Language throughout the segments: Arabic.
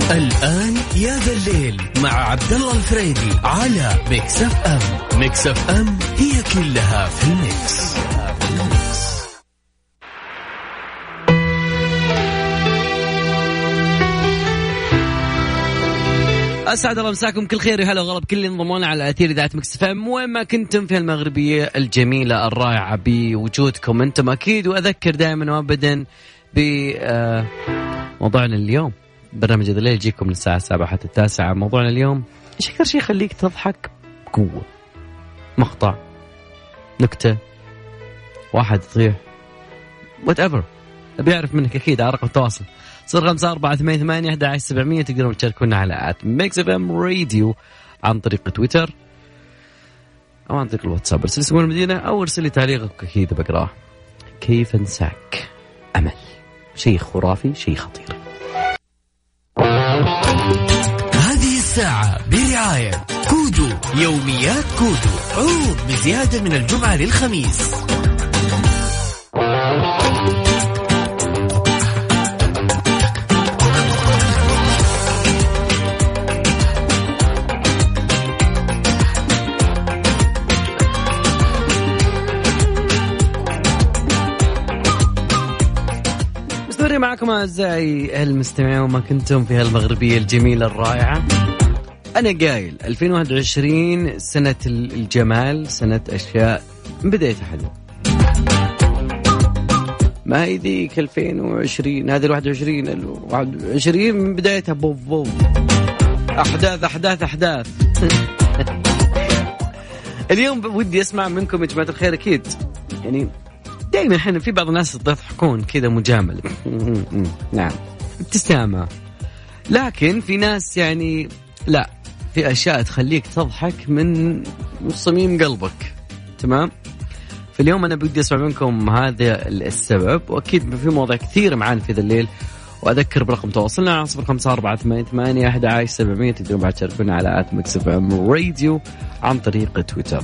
الآن يا ذا الليل مع عبد الله الفريدي على ميكس اف ام. ميكس اف ام هي كلها في الميكس. أسعد الله مساكم كل خير وهلا وغلب كل انضمونا على أثير إذاعة ميكس اف ام وين ما كنتم في المغربية الجميلة الرائعة بوجودكم أنتم أكيد. وأذكر دائما وأبدا بموضوعنا اليوم. برنامج ذا الليل يجيكم من الساعة 7 حتى 9. موضوعنا اليوم إيش أكثر شيء يخليك تضحك بقوة؟ مقطع، نكتة، واحد يطيح، whatever. أبي أعرف منك أكيد على رقم التواصل 0548811700. تقدرون تشاركونا على @mixfmradio عن طريق تويتر أو عن طريق الواتساب. ارسل اسم المدينة أو ارسل لي تعليقك أكيد بقراه. كيف انساك؟ أمل، شيء خرافي، شيء خطير. هذه الساعة برعاية كودو. يوميات كودو، عروض بزيادة من الجمعة للخميس. معكم أعزائي المستمعين وما كنتم في هالمغربية الجميلة الرائعة. أنا قايل 2021 سنة الجمال، سنة أشياء من بداية حلوة. ما هي ذيك 2020، هذه 21 من بدايتها بوف أحداث. اليوم ودي أسمع منكم يا جماعة الخير. أكيد يعني دائما احنا في بعض الناس تضحكون كذا مجامل نعم ابتسامة، لكن في ناس يعني لا، في أشياء تخليك تضحك من صميم قلبك. تمام. في اليوم أنا بدي أسمع منكم هذا السبب، وأكيد في مواضيع كثير معانا في ذا الليل. وأذكر برقم تواصلنا على 0548811700. تقدرون بعد تشاركونا على @mixfmradio عن طريق تويتر.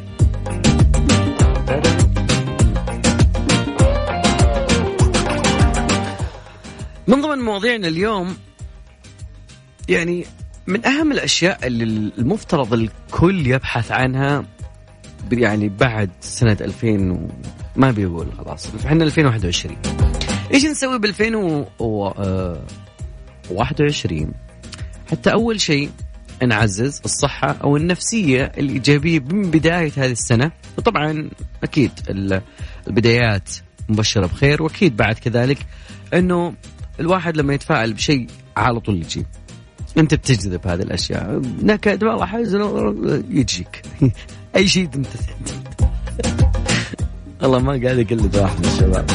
من ضمن مواضيعنا اليوم يعني من أهم الأشياء اللي المفترض الكل يبحث عنها يعني بعد سنة 2000 ما بيقول خلاص احنا 2021 إيش نسوي ب 2021 حتى أول شيء نعزز الصحة أو النفسية الإيجابية من بداية هذه السنة. وطبعا أكيد البدايات مبشرة بخير، وأكيد بعد كذلك أنه الواحد لما يتفاعل بشيء على طول يجي. أنت بتجذب هذه الأشياء، نكد والله حزن يجيك أي شيء أنت الله ما قاعد يقلد واحد من الشباب.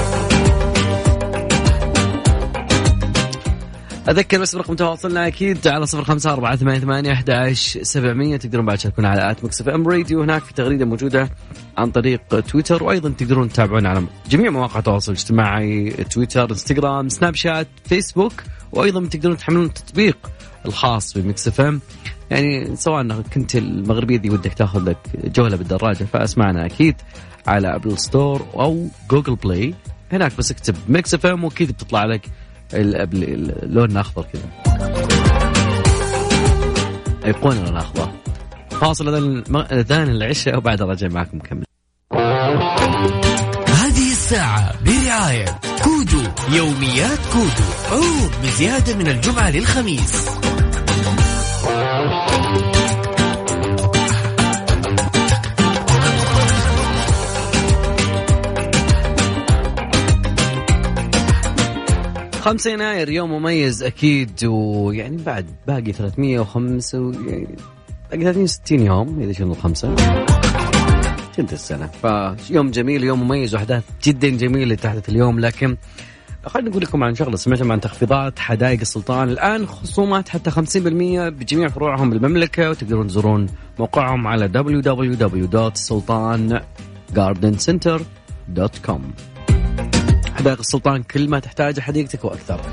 أذكر بس برقم تواصلنا أكيد على 0548811700. تقدرون بعد تشاركونا على @mixfmradio. هناك في تغريدة موجودة عن طريق تويتر، وأيضا تقدرون تتابعونا على جميع مواقع التواصل الاجتماعي، تويتر، انستغرام، سناب شات، فيسبوك. وأيضا تقدرون تحملون التطبيق الخاص بميكس اف ام. يعني سواء كنت المغربية دي ودك تاخذ لك جولة بالدراجة فأسمعنا أكيد على أبل ستور أو جوجل بلاي. هناك بس اكتب ميكس اف ام وأكيد بتطلع لك اللون الأخضر كذا، أيقونة الأخضر. فاصل أذان العشاء وبعد رجع معكم مكمل. هذه الساعة برعاية كودو. يوميات كودو، عروض بزيادة من الجمعة للخميس. خمسة يناير يوم مميز أكيد، ويعني بعد باقي 305 يعني باقي 360 يوم إذا شنو الخمسة تنتهي السنة. فيوم جميل، يوم مميز، وأحداث جدا جميلة تحدث اليوم. لكن خلينا نقول لكم عن شغلة سمعتم عن تخفيضات حدائق السلطان. الآن خصومات حتى 50% بجميع فروعهم بالمملكة، وتقدرون تزورون موقعهم على www.sultangardencenter.com. حدائق السلطان، كل ما تحتاج حديقتك وأكثر.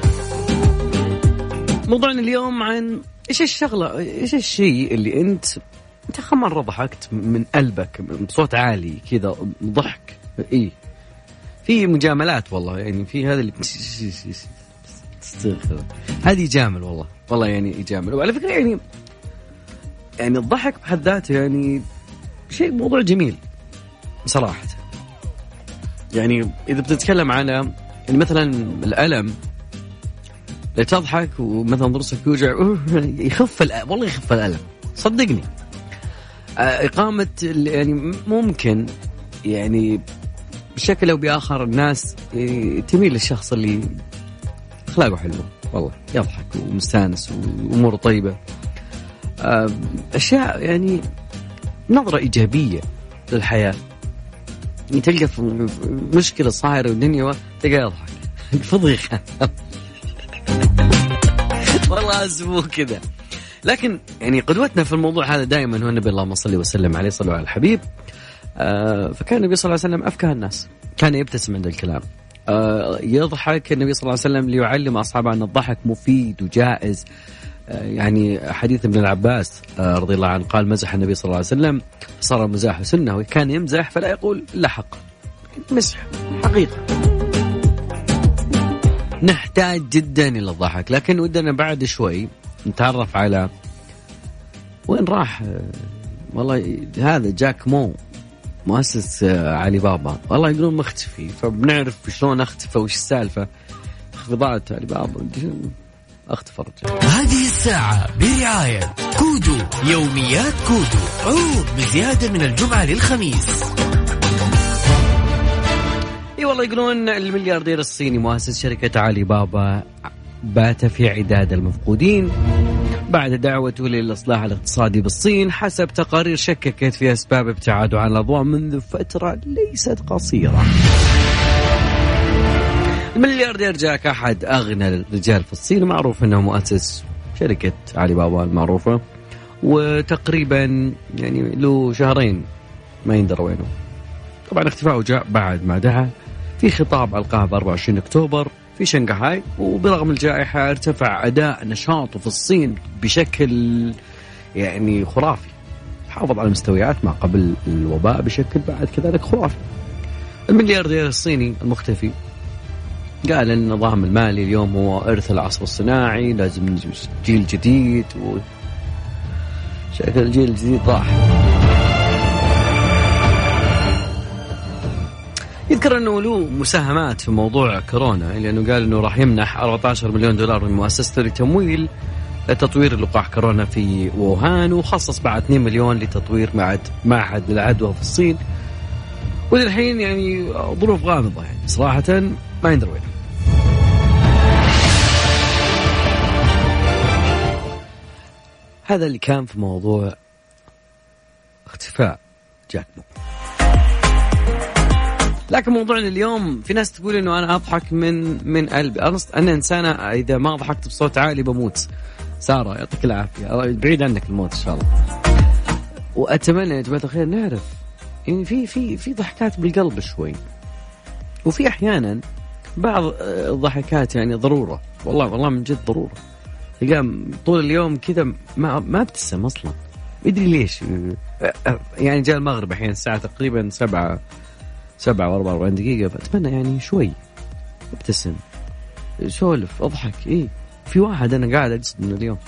موضوعنا اليوم عن إيش الشغلة، إيش الشيء اللي أنت مرة ضحكت من قلبك بصوت عالي كذا، ضحك إيه في مجاملات والله، يعني في هذا اللي تستغفر. هذه يجامل والله يعني يجامل. وعلى فكرة يعني الضحك بحد ذاته يعني شيء موضوع جميل صراحة. يعني إذا بتتكلم على يعني مثلا الألم لا تضحك ومثلا ضرسك يوجع يخف والله يخف الألم صدقني. إقامة يعني ممكن يعني بشكل أو بآخر الناس تميل للشخص اللي أخلاقه حلوة والله يضحك ومستانس وأموره طيبة. أشياء يعني نظرة إيجابية للحياة. تلقى في مشكلة صايرة والدنيا تلقى يضحك فضيحة والله أسبوع كذا. لكن يعني قدوتنا في الموضوع هذا دائما هو النبي اللهم صل وسلم عليه صلوا على الحبيب. فكان النبي صلى الله عليه وسلم أفكه الناس كان يبتسم عند الكلام. يضحك النبي صلى الله عليه وسلم ليعلم أصحابه أن الضحك مفيد وجائز. يعني حديث ابن العباس رضي الله عنه قال مزح النبي صلى الله عليه وسلم صار المزاح سنة وكان يمزح فلا يقول إلا حق. مسح حقيقة. نحتاج جدا إلى الضحك. لكن ودنا بعد شوي نتعرف على وين راح والله هذا جاك مو مؤسس علي بابا. والله يقولون مختفي فبنعرف شلون اختفى وش السالفة. تخفيضات علي بابا اختفى رجل. هذه الساعة برعاية كودو. يوميات كودو عروض بزيادة من الجمعة للخميس. اي والله يقولون الملياردير الصيني مؤسس شركة علي بابا بات في عداد المفقودين بعد دعوته للإصلاح الاقتصادي بالصين حسب تقارير شككت في أسباب ابتعاده عن الأضواء منذ فترة ليست قصيرة. الملياردير جاك أحد أغنى الرجال في الصين معروف أنه مؤسس شركة علي بابا المعروفة وتقريبا يعني له شهرين ما يندر وينه. طبعا اختفاءه جاء بعد ما دعا في خطاب ألقاه ب 24 أكتوبر في شنغهاي. وبرغم الجائحة ارتفع أداء نشاطه في الصين بشكل يعني خرافي. حافظ على مستويات ما قبل الوباء بشكل بعد كذلك خرافي. الملياردير الصيني المختفي قال أن النظام المالي اليوم هو إرث العصر الصناعي لازم نجيب جيل جديد شكل الجيل الجديد راح. يذكر أنه له مساهمات في موضوع كورونا لأنه قال أنه راح يمنح 14 مليون دولار من مؤسسته لتمويل تطوير لقاح كورونا في ووهان وخصص بعد 2 مليون لتطوير معهد للعدوى في الصين. وللحين يعني ظروف غامضة يعني صراحة ما يندر وين. هذا اللي كان في موضوع اختفاء جاك مو. لكن موضوعنا اليوم في ناس تقول انه انا اضحك من قلبي. انا انسانه اذا ما ضحكت بصوت عالي بموت. ساره يعطيك العافيه بعيد عنك الموت ان شاء الله. واتمنى يا جماعه الخير نعرف يعني في ضحكات بالقلب شوي وفي احيانا بعض الضحكات يعني ضروره والله من جد ضروره. تلقى طول اليوم كذا ما ابتسم اصلا ادري ليش. يعني جاء المغرب الحين الساعه تقريبا 7:44 دقيقة فأتمنى يعني شوي ابتسم سولف اضحك. ايه في واحد انا قاعد اقصد من اليوم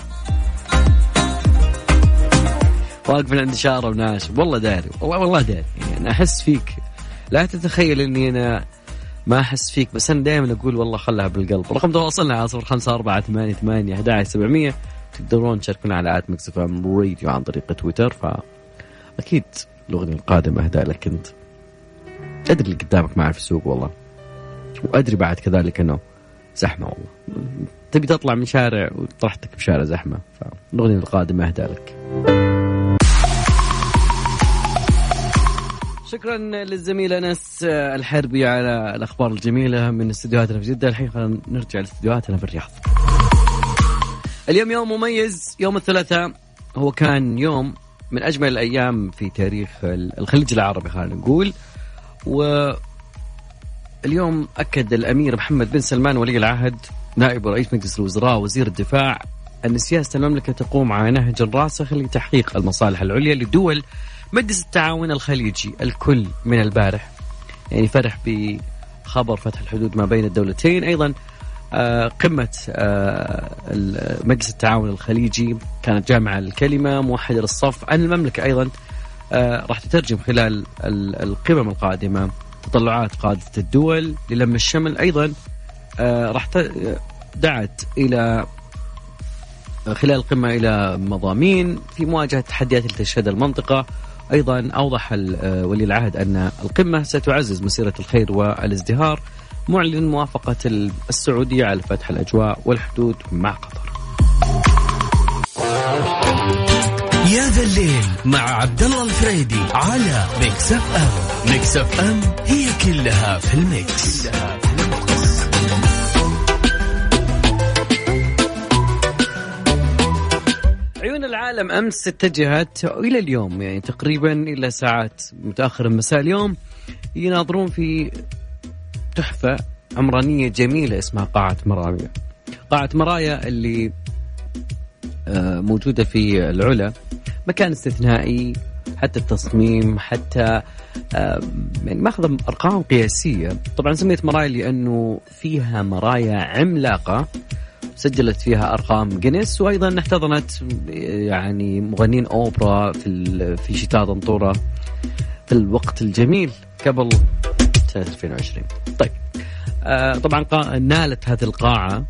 واقف عند شارة وناشب والله داري والله داري يعني انا احس فيك. لا تتخيل اني انا ما احس فيك بس انا دائما اقول والله خلها بالقلب. رقم تواصلنا على 0548881700. تقدرون تشاركونا على @mixfm radio عن طريق تويتر. فاكيد الاغنية القادمة اهداء لك انت. أدري اللي قدامك معي في السوق والله وأدري بعد كذلك أنه زحمة والله تبي تطلع من شارع وطرحتك بشارع زحمة. فالأغنية القادمة أهدى لك. شكرا للزميل أنس الحربي على الأخبار الجميلة من استديوهاتنا في جدة. الحين خلينا نرجع لاستديوهاتنا في الرياض. اليوم يوم مميز يوم الثلاثاء. هو كان يوم من أجمل الأيام في تاريخ الخليج العربي خلينا نقول. واليوم أكد الأمير محمد بن سلمان ولي العهد نائب رئيس مجلس الوزراء وزير الدفاع أن سياسة المملكة تقوم على نهج راسخ لتحقيق المصالح العليا لدول مجلس التعاون الخليجي. الكل من البارح يعني فرح بخبر فتح الحدود ما بين الدولتين. أيضا قمة مجلس التعاون الخليجي كانت جامعة الكلمة موحدة للصف. أن المملكة أيضا راح تترجم خلال القمم القادمة تطلعات قادة الدول للم الشمل. أيضا راح دعت إلى خلال القمة إلى مضامين في مواجهة تحديات اللي تشهدها المنطقة. أيضا أوضح ولي العهد أن القمة ستعزز مسيرة الخير والازدهار، معلن موافقة السعودية على فتح الأجواء والحدود مع قطر. يا ذا الليل مع عبد الله الفريدي على ميكس اف ام. ميكس اف ام هي كلها في الميكس. عيون العالم أمس اتجهت إلى اليوم، يعني تقريبا إلى ساعات متأخر مساء اليوم، يناظرون في تحفة عمرانية جميلة اسمها قاعة مرايا. قاعة مرايا اللي موجودة في العلا، مكان استثنائي، حتى التصميم، حتى يعني ماخذ أرقام قياسية. طبعا سميت مرايا لأنه فيها مرايا عملاقة سجلت فيها أرقام جينيس، وأيضا احتضنت يعني مغنين أوبرا في شتاء طنطورة في الوقت الجميل قبل سنة 2020. طيب طبعا نالت هذه القاعة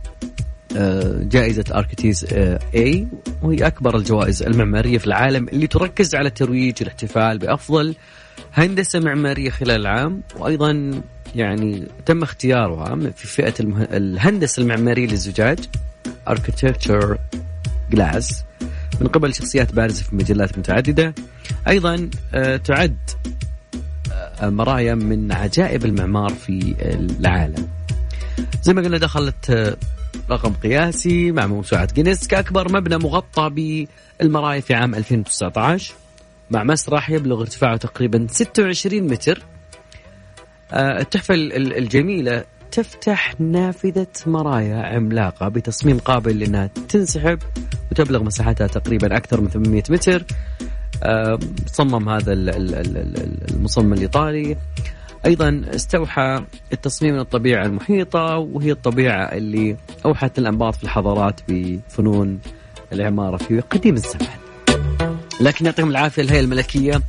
جائزة أركيتيز A، وهي أكبر الجوائز المعمارية في العالم اللي تركز على ترويج الاحتفال بأفضل هندسة معمارية خلال العام. وأيضا يعني تم اختيارها في فئة الهندسة المعمارية للزجاج Architecture Glass من قبل شخصيات بارزة في مجلات متعددة. أيضا تعد مرايا من عجائب المعمار في العالم. زي ما قلنا دخلت رقم قياسي مع موسوعة جينيس كأكبر مبنى مغطى بالمرايا في عام 2019 مع مسرح يبلغ ارتفاعه تقريبا 26 متر. التحفة الجميلة تفتح نافذة مرايا عملاقة بتصميم قابل لأنها تنسحب وتبلغ مساحتها تقريبا أكثر من 800 متر. صمم هذا المصمم الإيطالي. أيضا استوحى التصميم من الطبيعة المحيطة، وهي الطبيعة اللي أوحت الأنباط في الحضارات بفنون العمارة في قديم الزمان. لكن يعطيهم العافية الهيئة الملكية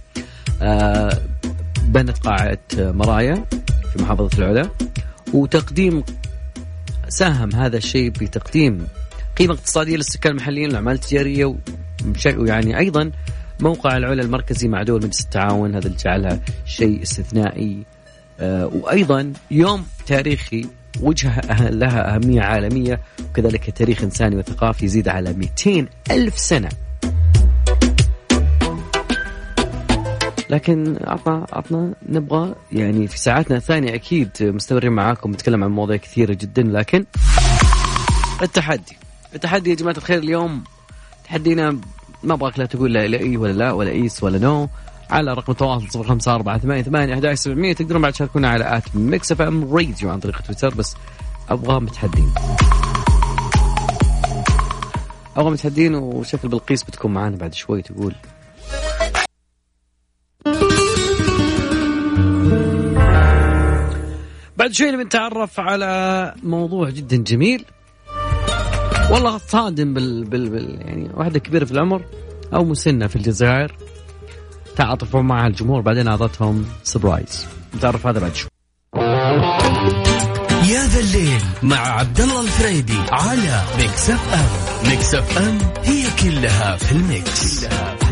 بنت قاعة مرايا في محافظة العلا، وتقديم ساهم هذا الشيء بتقديم قيمة اقتصادية للسكان المحليين والأعمال التجارية، ويعني أيضا موقع العلا المركزي مع دول مجلس التعاون، هذا اللي جعلها شيء استثنائي. وأيضا يوم تاريخي وجه لها أهمية عالمية، وكذلك تاريخ إنساني وثقافي يزيد على 200 ألف سنة. لكن عطنا نبغى يعني في ساعاتنا الثانية أكيد مستمرين معاكم نتكلم عن مواضيع كثيرة جدا. لكن التحدي يا جماعة الخير اليوم تحدينا، ما أبغاك لا تقول لا إي ولا لا ولا إيس ولا نو، على رقم التواصل 0548811700. تقدرون بعد تشاركونا على @mixfmradio عن طريق تويتر. بس أبغى متحدين وشكل بالقيس بتكون معانا بعد شوي تقول. بعد شوي بنتعرف على موضوع جدا جميل، والله صادم يعني واحدة كبيرة في العمر أو مسنة في الجزائر تعاطفوا مع الجمهور، بعدين أعطتهم سبرايز. نتعرف هذا بعد شوي. يا ذا الليل مع عبد الله الفريدي على ميكس اف ام. ميكس اف ام هي كلها في الميكس.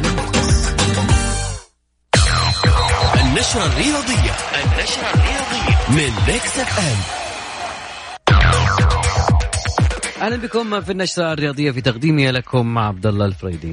النشرة الرياضية من ميكس اف ام. أهلا بكم في النشرة الرياضية في تقديمي لكم مع عبد الله الفريدي.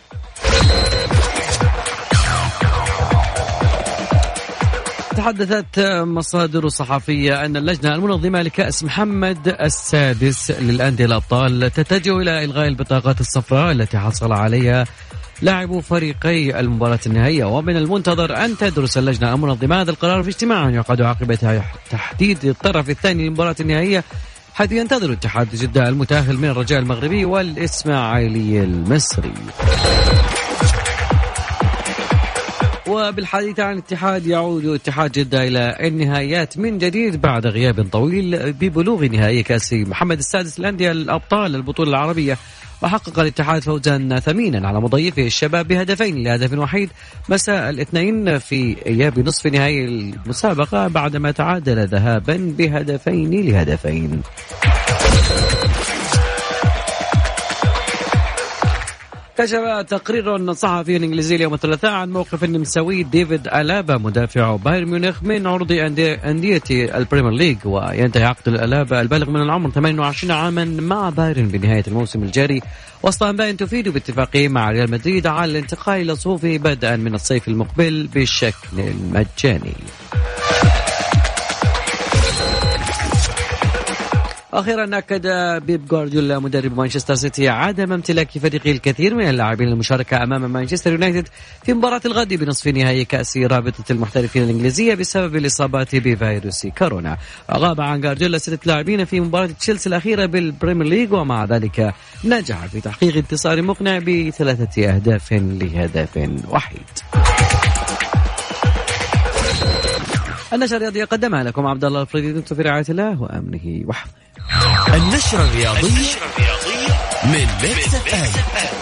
تحدثت مصادر صحفية أن اللجنة المنظمة لكأس محمد السادس للأندية الأبطال تتجه إلى إلغاء البطاقات الصفراء التي حصل عليها لاعبو فريقي المباراة النهائية، ومن المنتظر أن تدرس اللجنة المنظمة هذا القرار في اجتماع يعقد عقب تحديد الطرف الثاني للمباراة النهائية، حيث ينتظر اتحاد جدة المتأهل من الرجاء المغربي والإسماعيلي المصري. وبالحديث عن الاتحاد، يعود اتحاد جدة إلى النهايات من جديد بعد غياب طويل ببلوغ نهائي كأس محمد السادس للأندية الأبطال البطولة العربية. وحقق الاتحاد فوزا ثمينا على مضيفه الشباب بهدفين لهدف وحيد مساء الاثنين في إياب نصف نهائي المسابقة بعدما تعادل ذهابا بهدفين لهدفين. كشف تقرير صحفي انجليزي اليوم الثلاثاء عن موقف النمساوي ديفيد ألابا مدافع بايرن ميونخ من عروض أندية البريمير ليج، وينتهي عقد الألابا البالغ من العمر 28 عاما مع بايرن بنهاية الموسم الجاري، وسط أنباء تفيد باتفاقه مع ريال مدريد على الانتقال إلى صفوفه بدءا من الصيف المقبل بالشكل المجاني. أخيرا أكد بيب جوارديولا مدرب مانشستر سيتي عدم امتلاك فريقه الكثير من اللاعبين للمشاركة أمام مانشستر يونايتد في مباراة الغد بنصف نهائي كأس رابطة المحترفين الإنجليزية بسبب الإصابات بفيروس كورونا. غاب عن جوارديولا 6 لاعبين في مباراة تشيلسي الأخيرة بالبريمير ليج، ومع ذلك نجح في تحقيق انتصار مقنع ب3 أهداف لهدف وحيد. النشرة الرياضية قدمها لكم عبد الله الفريدي، دمتم في رعاية الله وأمنه وحفظه. النشرة الرياضية من ميكس اف ام.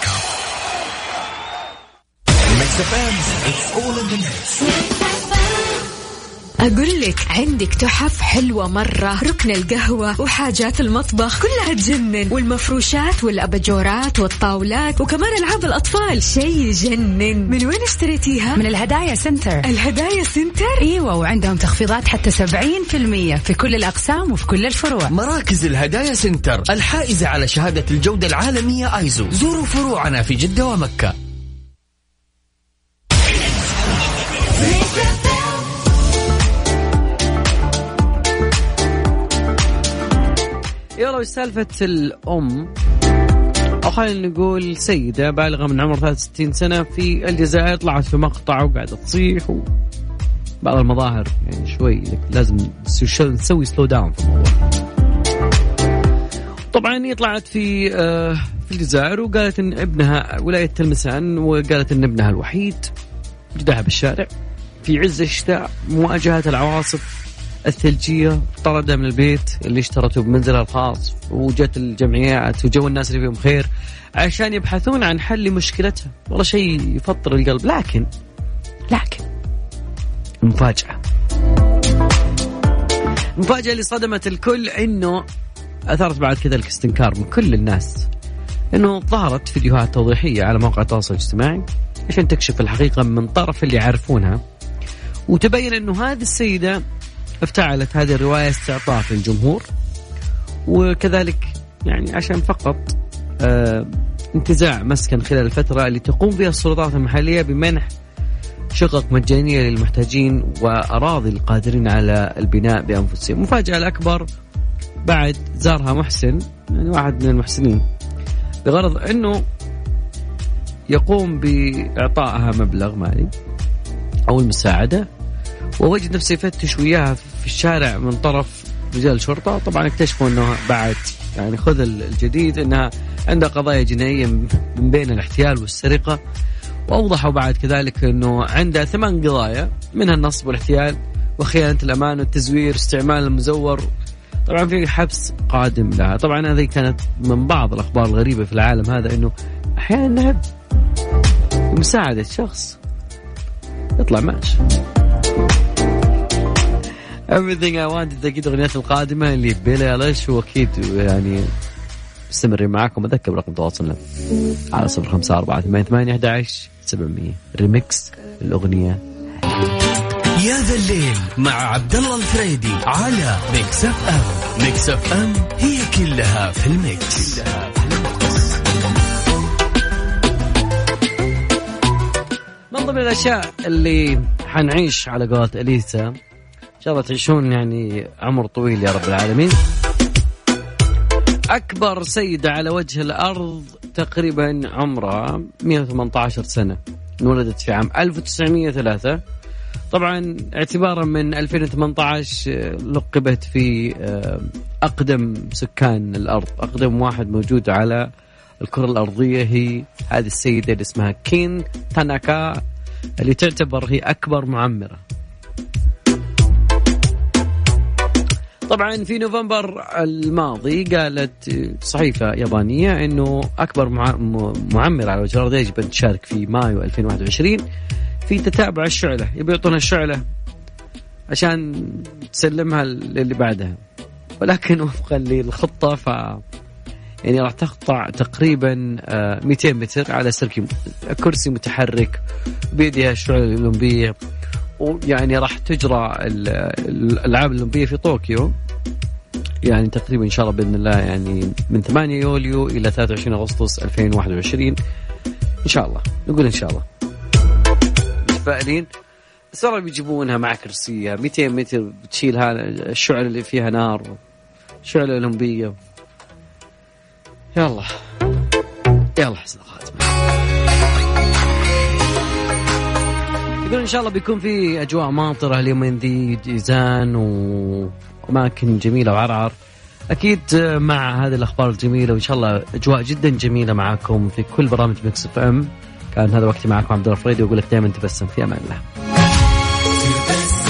ميكس اف ام it's all in the mix. أقول لك عندك تحف حلوة مرة، ركن القهوة وحاجات المطبخ كلها تجنن، والمفروشات والأباجورات والطاولات وكمان ألعاب الأطفال شيء يجنن. من وين اشتريتيها؟ من الهدايا سنتر. الهدايا سنتر؟ ايوه، وعندهم تخفيضات حتى 70% في كل الأقسام وفي كل الفروع. مراكز الهدايا سنتر الحائزة على شهادة الجودة العالمية ايزو. زوروا فروعنا في جدة ومكة. يلا، وش سالفة الأم أو خلينا نقول سيدة بالغة من عمر 63 سنة في الجزائر طلعت في مقطع وقاعدة تصيح، وبعض المظاهر يعني شوي لازم نسوي سلو داون في الموضوع. طبعا هي طلعت في الجزائر وقالت إن ابنها ولاية تلمسان، وقالت إن ابنها الوحيد جدها بالشارع في عز الشتاء مواجهة العواصف الثلجية، طردها من البيت اللي اشترته بمنزلها الخاص، وجت الجمعيات وجو الناس اللي فيهم خير عشان يبحثون عن حل لمشكلتها. والله شيء يفطر القلب. لكن المفاجأة اللي صدمت الكل انه اثارت بعد كذا الاستنكار من كل الناس، انه ظهرت فيديوهات توضيحية على مواقع التواصل الاجتماعي عشان تكشف الحقيقة من طرف اللي يعرفونها، وتبين انه هذه السيدة افتعلت هذه الرواية استعطاف للجمهور، وكذلك يعني عشان فقط انتزاع مسكن خلال الفترة اللي تقوم فيها السلطات المحلية بمنح شقق مجانية للمحتاجين وأراضي القادرين على البناء بأنفسهم. مفاجأة الأكبر بعد زارها محسن، يعني واحد من المحسنين، بغرض أنه يقوم بإعطائها مبلغ مالي أو المساعدة، ووجد نفسه يفتش وياها في الشارع من طرف رجال شرطة. طبعا اكتشفوا أنه بعد يعني خذ الجديد أنها عندها قضايا جنائية من بين الاحتيال والسرقة، وأوضحوا بعد كذلك أنه عندها 8 قضايا منها النصب والاحتيال وخيانة الأمان والتزوير واستعمال المزور. طبعا في حبس قادم لها. طبعا هذه كانت من بعض الأخبار الغريبة في العالم هذا، أنه أحيانا نهب مساعدة شخص يطلع ماشي. Everything I wanted. أكيد أغنيات القادمة اللي بيلي أليش، وأكيد يعني مستمرين معاكم. أذكر رقم تواصلنا على 0548811700 ريميكس الأغنية يا ذا الليل مع عبد الله الفريدي على ميكس اف ام. ميكس اف ام هي كلها في الميكس. من ضمن الأشياء اللي حنعيش على قولة أليسا، إن شاء الله تعيشون يعني عمر طويل يا رب العالمين. أكبر سيدة على وجه الأرض تقريبا عمرها 118 سنة، انولدت في عام 1903. طبعا اعتبارا من 2018 لقبت في أقدم سكان الأرض. أقدم واحد موجود على الكرة الأرضية هي هذه السيدة اللي اسمها كين تاناكا اللي تعتبر هي أكبر معمرة. طبعا في نوفمبر الماضي قالت صحيفة يابانية أنه أكبر معمرة على وجه الأرض يجب أن تشارك في مايو 2021 في تتابع الشعلة. يبي يعطونها الشعلة عشان تسلمها للي بعدها، ولكن وفقا للخطة يعني راح تقطع تقريبا 200 متر على كرسي متحرك بيدها الشعلة الأولمبية. ويعني راح تجرى الألعاب الأولمبية في طوكيو يعني تقريبا إن شاء الله بإذن الله يعني من 8 يوليو إلى 23 أغسطس 2021 إن شاء الله. نقول إن شاء الله متفائلين. بس والله بيجيبونها مع كرسيها 200 متر بتشيل هذا الشعلة اللي فيها نار، شعلة أولمبية. يلا حسن الخاتمة. يقول إن شاء الله بيكون في أجواء ماطرة اليومين ذي، جيزان وأماكن جميلة وعرعر أكيد مع هذه الأخبار الجميلة، وإن شاء الله أجواء جدا جميلة معكم في كل برامج ميكس اف ام. كان هذا وقتي معكم عبد الله الفريدي، وأقول لك دائما تبسم في أمان الله.